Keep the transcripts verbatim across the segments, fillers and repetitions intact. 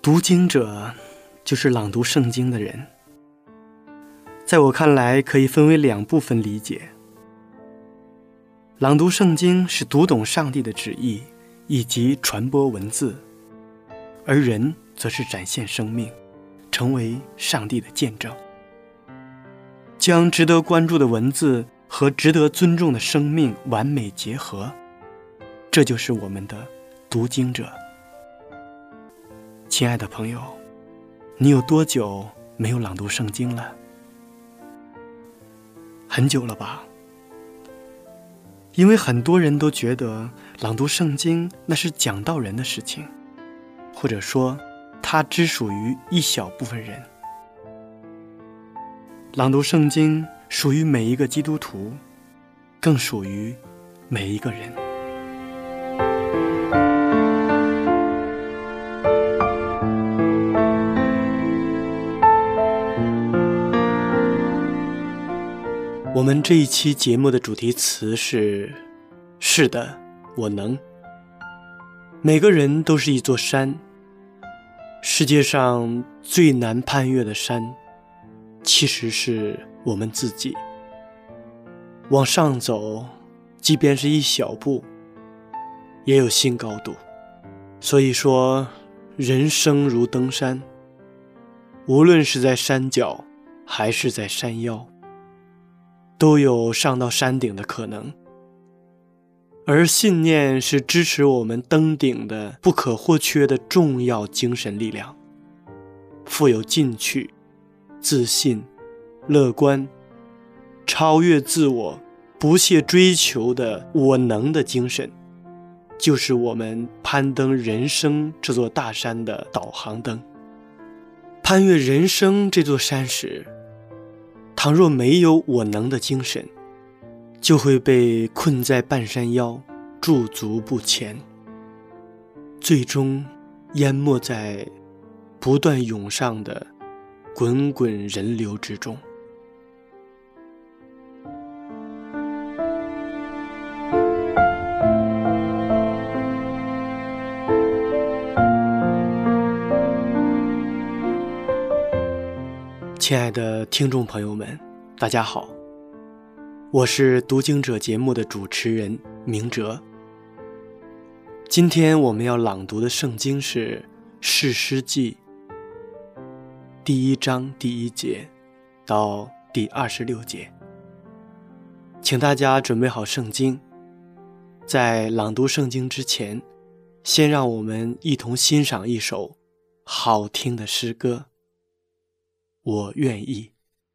读经者就是朗读圣经的人。在我看来，可以分为两部分理解。朗读圣经是读懂上帝的旨意以及传播文字，而人则是展现生命，成为上帝的见证，将值得关注的文字和值得尊重的生命完美结合，这就是我们的读经者。亲爱的朋友，你有多久没有朗读圣经了？很久了吧？因为很多人都觉得朗读圣经那是讲道人的事情，或者说它只属于一小部分人。朗读圣经属于每一个基督徒，更属于每一个人。我们这一期节目的主题词是是的，我能。每个人都是一座山，世界上最难攀越的山其实是我们自己。往上走，即便是一小步，也有新高度。所以说，人生如登山，无论是在山脚还是在山腰，都有上到山顶的可能。而信念是支持我们登顶的不可或缺的重要精神力量，富有进取、自信、乐观、超越自我、不懈追求的我能的精神，就是我们攀登人生这座大山的导航灯。攀越人生这座山时，倘若没有我能的精神，就会被困在半山腰，驻足不前，最终淹没在不断涌上的滚滚人流之中。亲爱的听众朋友们，大家好，我是读经者节目的主持人明哲。今天我们要朗读的圣经是士师记第一章第一节到第二十六节，请大家准备好圣经。在朗读圣经之前，先让我们一同欣赏一首好听的诗歌，我愿意。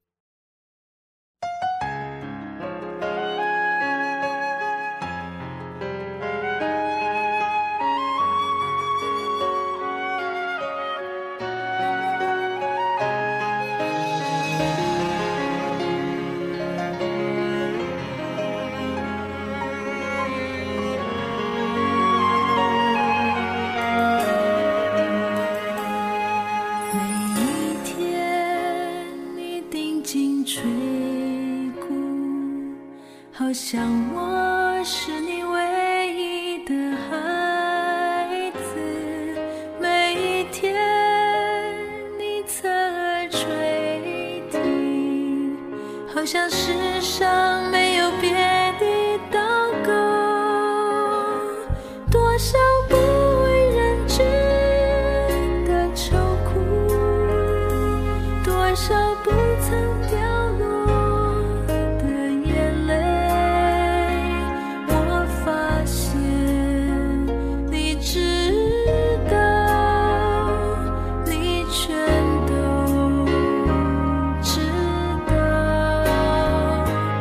好像我是你唯一的孩子，每一天你侧耳垂听，好像世上没有别的祷告，多少不为人知的愁苦，多少不曾掉落的眼泪，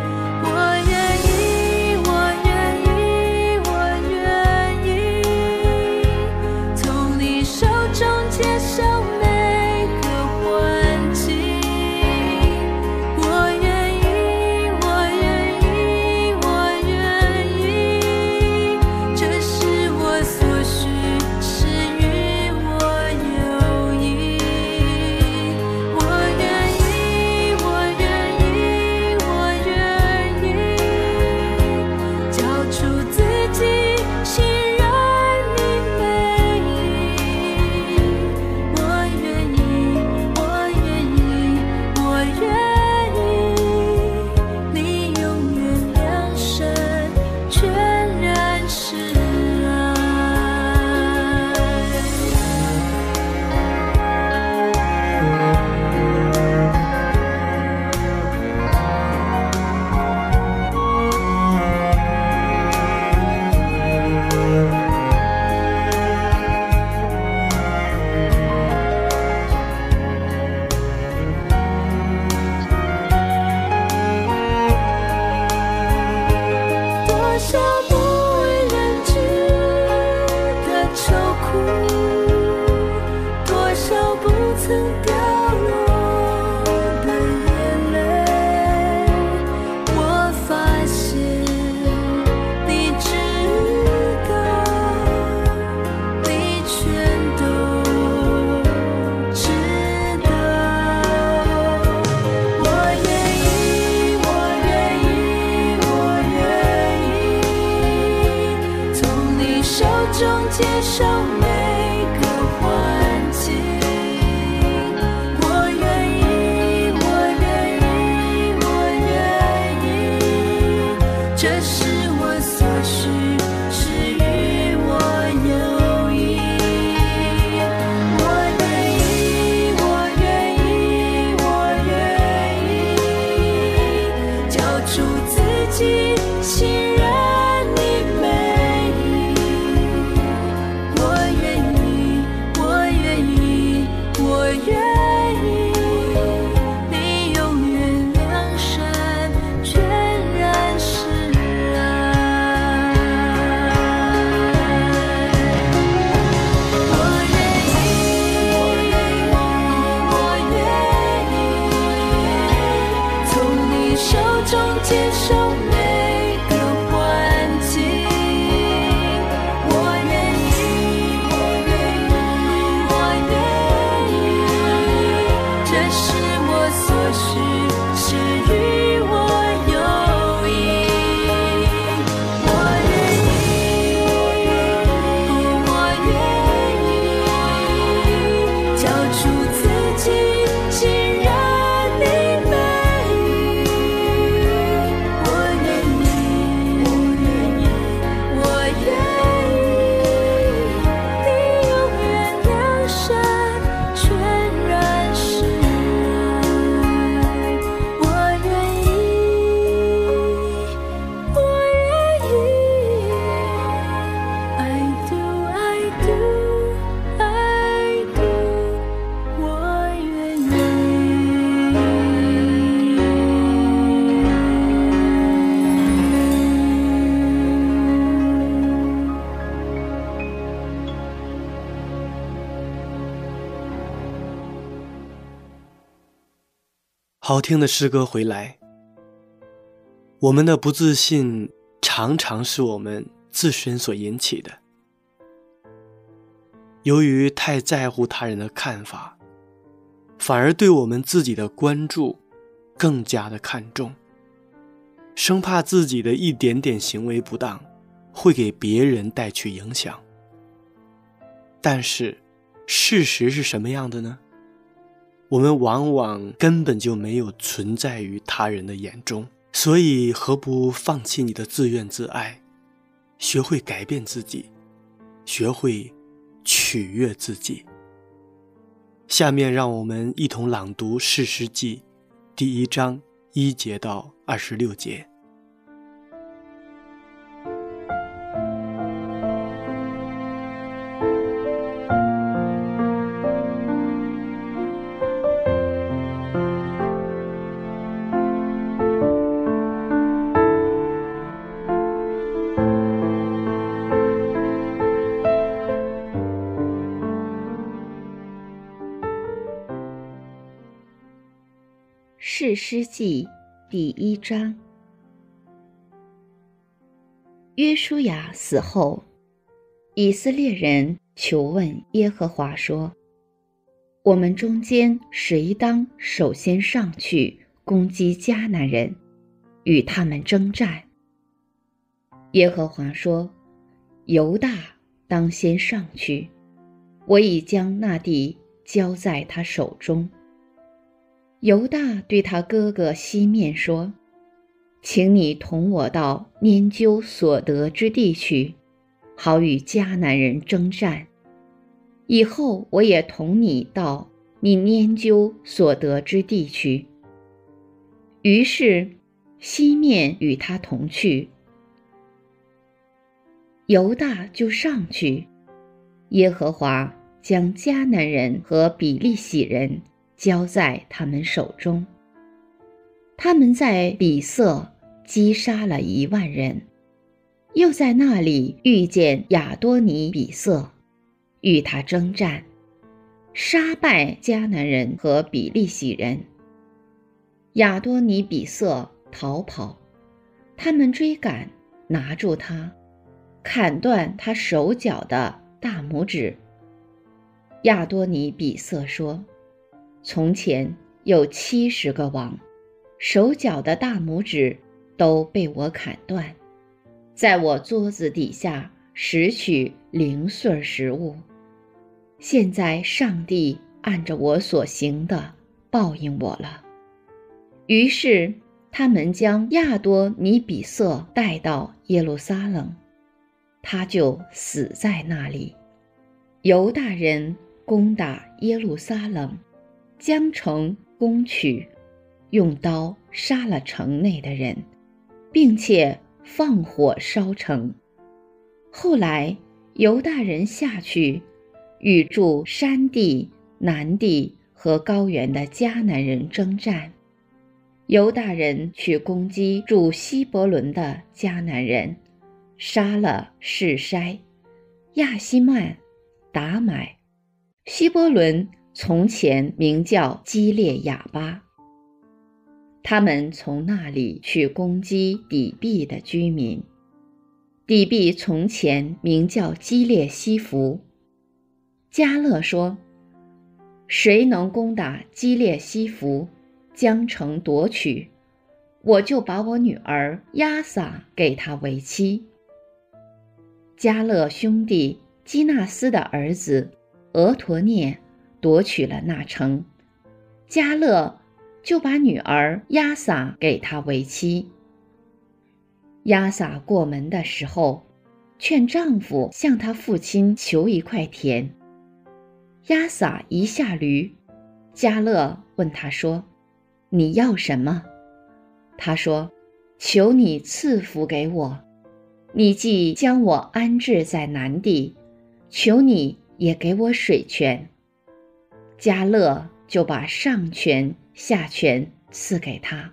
我愿意愁苦，多少不曾掉落的眼泪，我发现你知道，你全都知道。我愿意，我愿意，我愿意从你手中接受每个环境。我愿意，我愿意，我愿意，这是我所需，是与我有益。我愿意，我愿意，我愿意交出自己，信任你美意。我愿意，我愿意，我愿意，你永远良善，全然是爱。我愿意，我愿意从你手中接受每个环境。我愿意，我愿意，我愿意，这是我所需，是与我有益。我愿意，我愿意交出自己，信任你美意。我愿意，我愿意，你永远良善，全然是爱。我愿意，我愿意，I do, I do, I do， 我愿意。 好听的诗歌回来，我们的不自信常常是我们自身所引起的。由于太在乎他人的看法，反而对我们自己的关注更加的看重，生怕自己的一点点行为不当会给别人带去影响。但是事实是什么样的呢？我们往往根本就没有存在于他人的眼中，所以何不放弃你的自怨自艾，学会改变自己，学会取悦自己。下面让我们一同朗读《士师记》第一章一节到二十六节。 士师记第一章。约书亚死后，以色列人求问耶和华说：我们中间谁当首先上去攻击迦南人，与他们征战？耶和华说：犹大当先上去，我已将那地交在他手中。犹大对他哥哥西面说：请你同我到拈阄所得之地去，好与迦南人征战。以后我也同你到你拈阄所得之地去。于是西面与他同去，犹大就上去。耶和华将迦南人和比利洗人交在他们手中。他们在比色击杀了一万人，又在那里遇见亚多尼比色， 与他征战，杀败迦南人和比利洗人。亚多尼比色逃跑，他们追赶，拿住他，砍断他手脚的大拇指。亚多尼比色说：从前有七十个王，手脚的大拇指都被我砍断，在我桌子底下拾取零碎食物。现在上帝按着我所行的报应我了。于是他们将亚多尼比色带到耶路撒冷，他就死在那里。犹大人攻打耶路撒冷，将城攻取，用刀杀了城内的人，并且放火烧城。后来犹大人下去，与住山地、南地和高原的迦南人征战。犹大人去攻击住希伯伦的迦南人，杀了示筛、亚希曼、达买。希伯伦从前名叫基列亚巴。他们从那里去攻击底壁的居民。底壁从前名叫基列西弗。迦勒说：谁能攻打基列西弗，将城夺取，我就把我女儿亚撒给他为妻。迦勒兄弟基纳斯的儿子俄陀涅夺取了那城，迦勒就把女儿亚撒给他为妻。亚撒过门的时候，劝丈夫向他父亲求一块田。亚撒一下驴，迦勒问他说：你要什么？他说：求你赐福给我，你既将我安置在南地，求你也给我水泉。迦勒就把上泉下泉赐给他。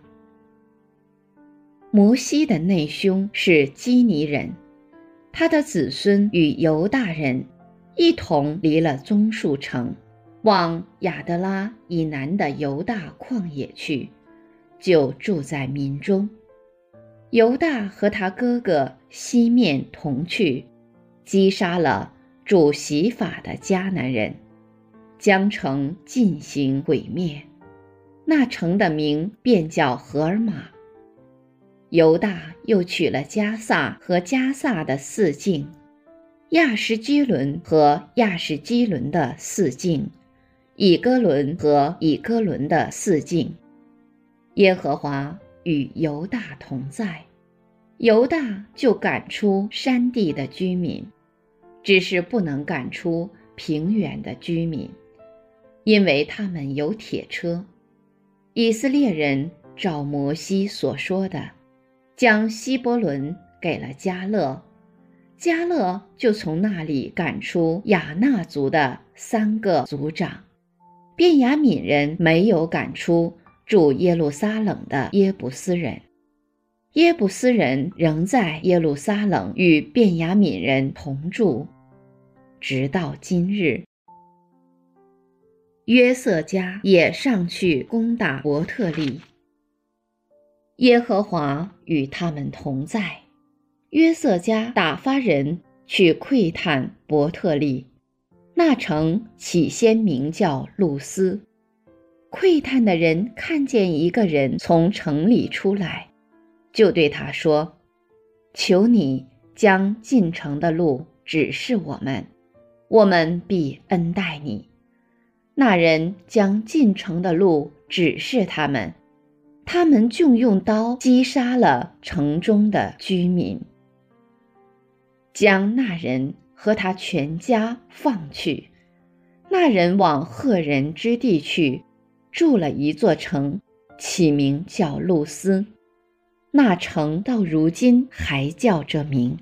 摩西的内兄是基尼人，他的子孙与犹大人一同离了棕树城，往亚德拉以南的犹大旷野去，就住在民中。犹大和他哥哥西面同去，击杀了住洗法的迦南人，将城进行毁灭。那城的名便叫荷尔玛。犹大又取了加萨和加萨的四境，亚什基伦和亚什基伦的四境，以哥伦和以哥伦的四境。耶和华与犹大同在，犹大就赶出山地的居民，只是不能赶出平原的居民，因为他们有铁车。以色列人照摩西所说的，将希伯伦给了迦勒，迦勒就从那里赶出亚衲族的三个族长。便雅悯人没有赶出住耶路撒冷的耶布斯人，耶布斯人仍在耶路撒冷与便雅悯人同住，直到今日。约瑟家也上去攻打伯特利，耶和华与他们同在。约瑟家打发人去窥探伯特利，那城起先名叫路斯。窥探的人看见一个人从城里出来，就对他说：求你将进城的路指示我们，我们必恩待你。那人将进城的路指示他们，他们就用刀击杀了城中的居民，将那人和他全家放去。那人往赫人之地去，筑了一座城，起名叫路斯。那城到如今还叫这名。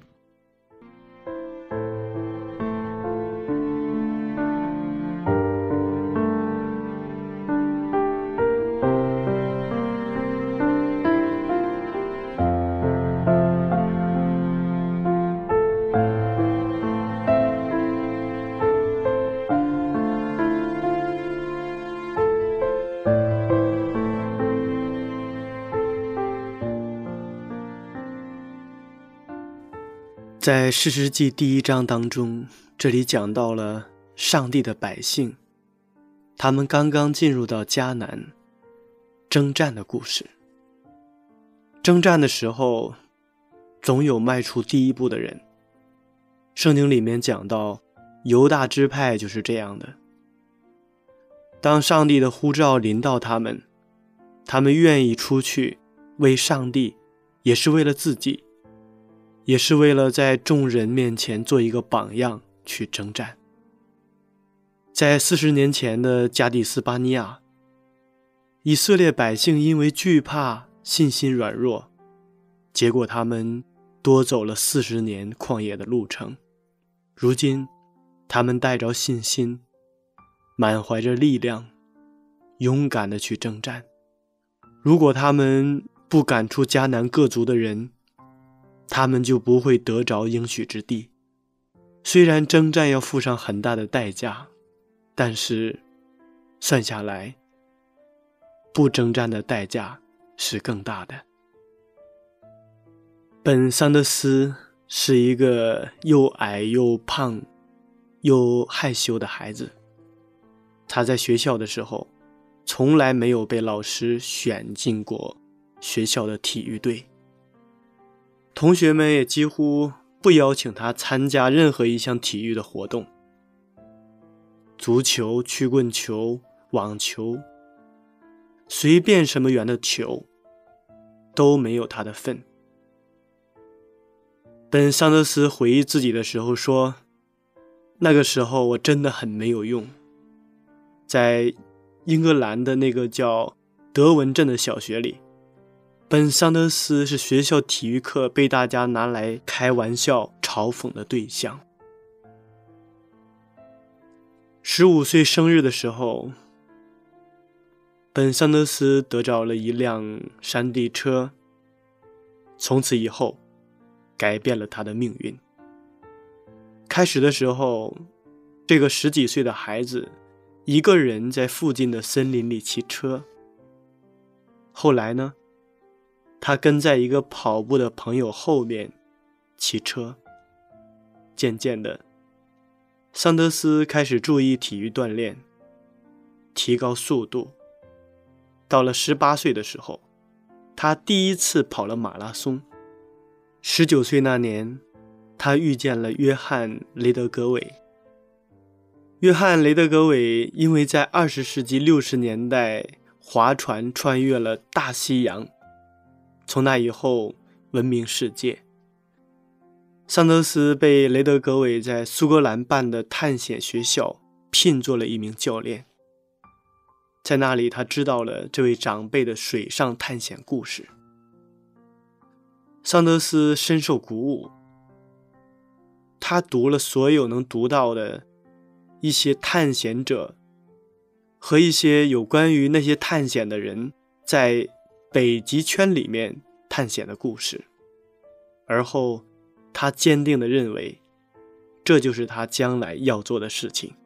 在士师记第一章当中，这里讲到了上帝的百姓，他们刚刚进入到迦南征战的故事。征战的时候，总有迈出第一步的人。圣经里面讲到，犹大支派就是这样的。当上帝的呼召临到他们，他们愿意出去，为上帝，也是为了自己，也是为了在众人面前做一个榜样去征战。在四十年前的加底斯巴尼亚，以色列百姓因为惧怕，信心软弱，结果他们多走了四十年旷野的路程。如今他们带着信心，满怀着力量，勇敢地去征战。如果他们不赶出迦南各族的人，他们就不会得着应许之地。虽然征战要付上很大的代价，但是算下来，不征战的代价是更大的。本桑德斯是一个又矮又胖又害羞的孩子，他在学校的时候从来没有被老师选进过学校的体育队，同学们也几乎不邀请他参加任何一项体育的活动，足球、曲棍球、网球，随便什么圆的球都没有他的份。本桑德斯回忆自己的时候说，那个时候我真的很没有用。在英格兰的那个叫德文镇的小学里，本桑德斯是学校体育课被大家拿来开玩笑嘲讽的对象。十五岁生日的时候，本桑德斯得着了一辆山地车，从此以后改变了他的命运。开始的时候，这个十几岁的孩子一个人在附近的森林里骑车。后来呢，他跟在一个跑步的朋友后面骑车。渐渐的，桑德斯开始注意体育锻炼，提高速度。到了十八岁的时候，他第一次跑了马拉松。十九岁那年，他遇见了约翰·雷德格韦。约翰·雷德格韦因为在二十世纪六十年代划船穿越了大西洋，从那以后闻名世界。桑德斯被雷德格韦在苏格兰办的探险学校聘做了一名教练。在那里，他知道了这位长辈的水上探险故事。桑德斯深受鼓舞，他读了所有能读到的一些探险者和一些有关于那些探险的人在北极圈里面探险的故事，而后他坚定地认为，这就是他将来要做的事情。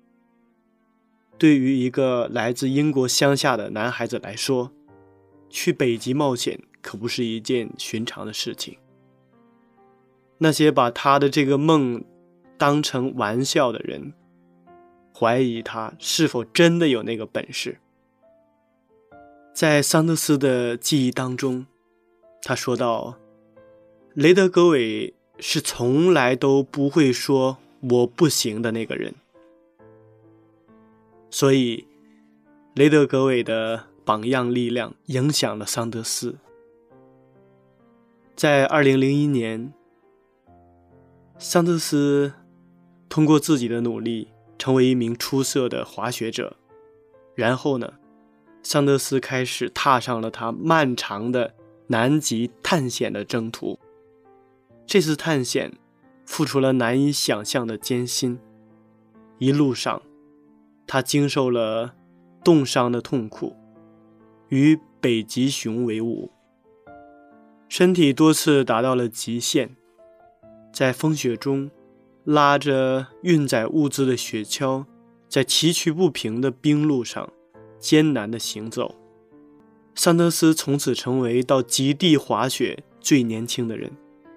对于一个来自英国乡下的男孩子来说，去北极冒险可不是一件寻常的事情。那些把他的这个梦当成玩笑的人，怀疑他是否真的有那个本事。在桑德斯的记忆当中，他说道，雷德格韦是从来都不会说我不行的那个人。所以雷德格韦的榜样力量影响了桑德斯。在二零零一年，桑德斯通过自己的努力成为一名出色的滑雪者。然后呢，桑德斯开始踏上了他漫长的南极探险的征途。这次探险付出了难以想象的艰辛，一路上他经受了冻伤的痛苦，与北极熊为伍，身体多次达到了极限，在风雪中拉着运载物资的雪橇，在崎岖不平的冰路上艰难地行走。桑德斯从此成为到极地滑雪最年轻的人。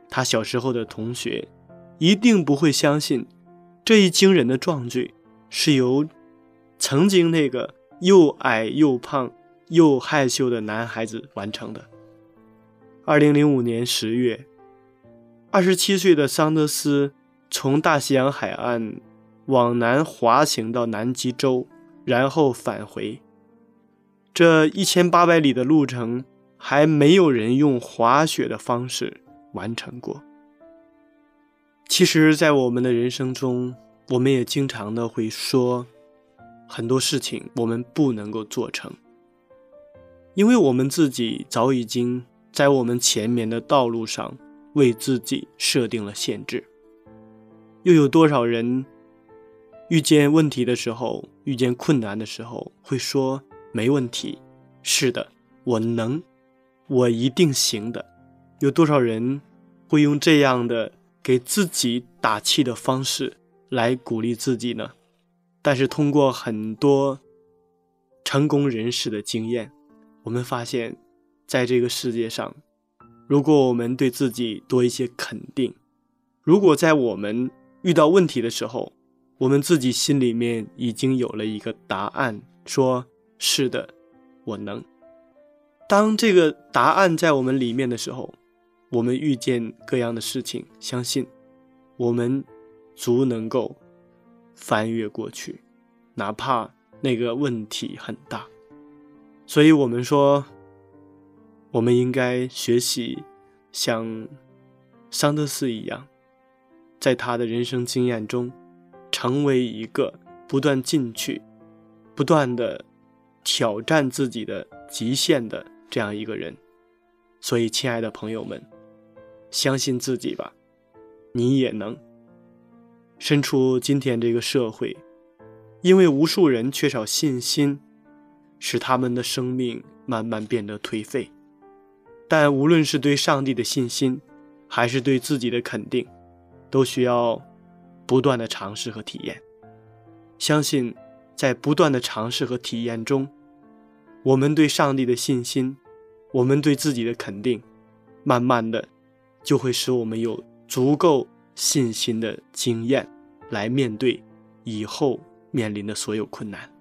他小时候的同学一定不会相信这一惊人的壮举是由曾经那个又矮又胖又害羞的男孩子完成的。二零零五年十月，二十七岁的桑德斯从大西洋海岸往南滑行到南极洲，然后返回。这一千八百里的路程还没有人用滑雪的方式完成过。其实在我们的人生中，我们也经常的会说很多事情我们不能够做成，因为我们自己早已经在我们前面的道路上为自己设定了限制。又有多少人遇见问题的时候，遇见困难的时候会说没问题，是的，我能，我一定行的。有多少人会用这样的给自己打气的方式来鼓励自己呢？但是通过很多成功人士的经验，我们发现在这个世界上，如果我们对自己多一些肯定，如果在我们遇到问题的时候，我们自己心里面已经有了一个答案，说是的，我能。当这个答案在我们里面的时候，我们遇见各样的事情，相信我们足能够翻越过去，哪怕那个问题很大。所以我们说，我们应该学习像桑德斯一样，在他的人生经验中成为一个不断进去不断的挑战自己的极限的这样一个人。所以亲爱的朋友们，相信自己吧，你也能。身处今天这个社会，因为无数人缺少信心，使他们的生命慢慢变得颓废。但无论是对上帝的信心，还是对自己的肯定，都需要不断的尝试和体验。相信在不断的尝试和体验中，我们对上帝的信心，我们对自己的肯定，慢慢的就会使我们有足够信心的经验来面对以后面临的所有困难。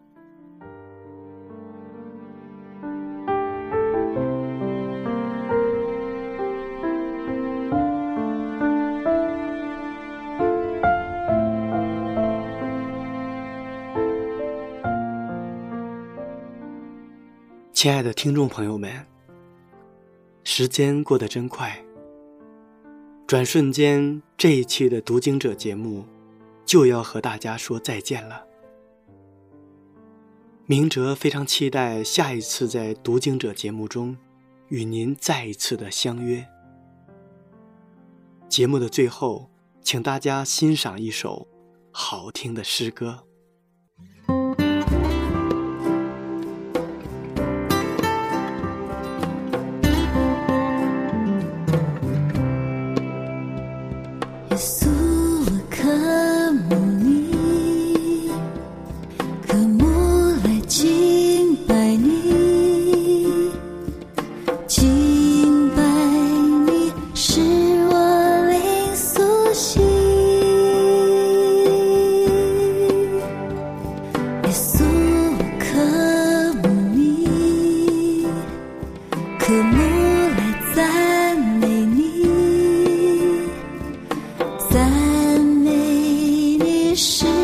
亲爱的听众朋友们，时间过得真快，转瞬间这一期的读经者节目就要和大家说再见了。明哲非常期待下一次在读经者节目中与您再一次的相约。节目的最后，请大家欣赏一首好听的诗歌。 是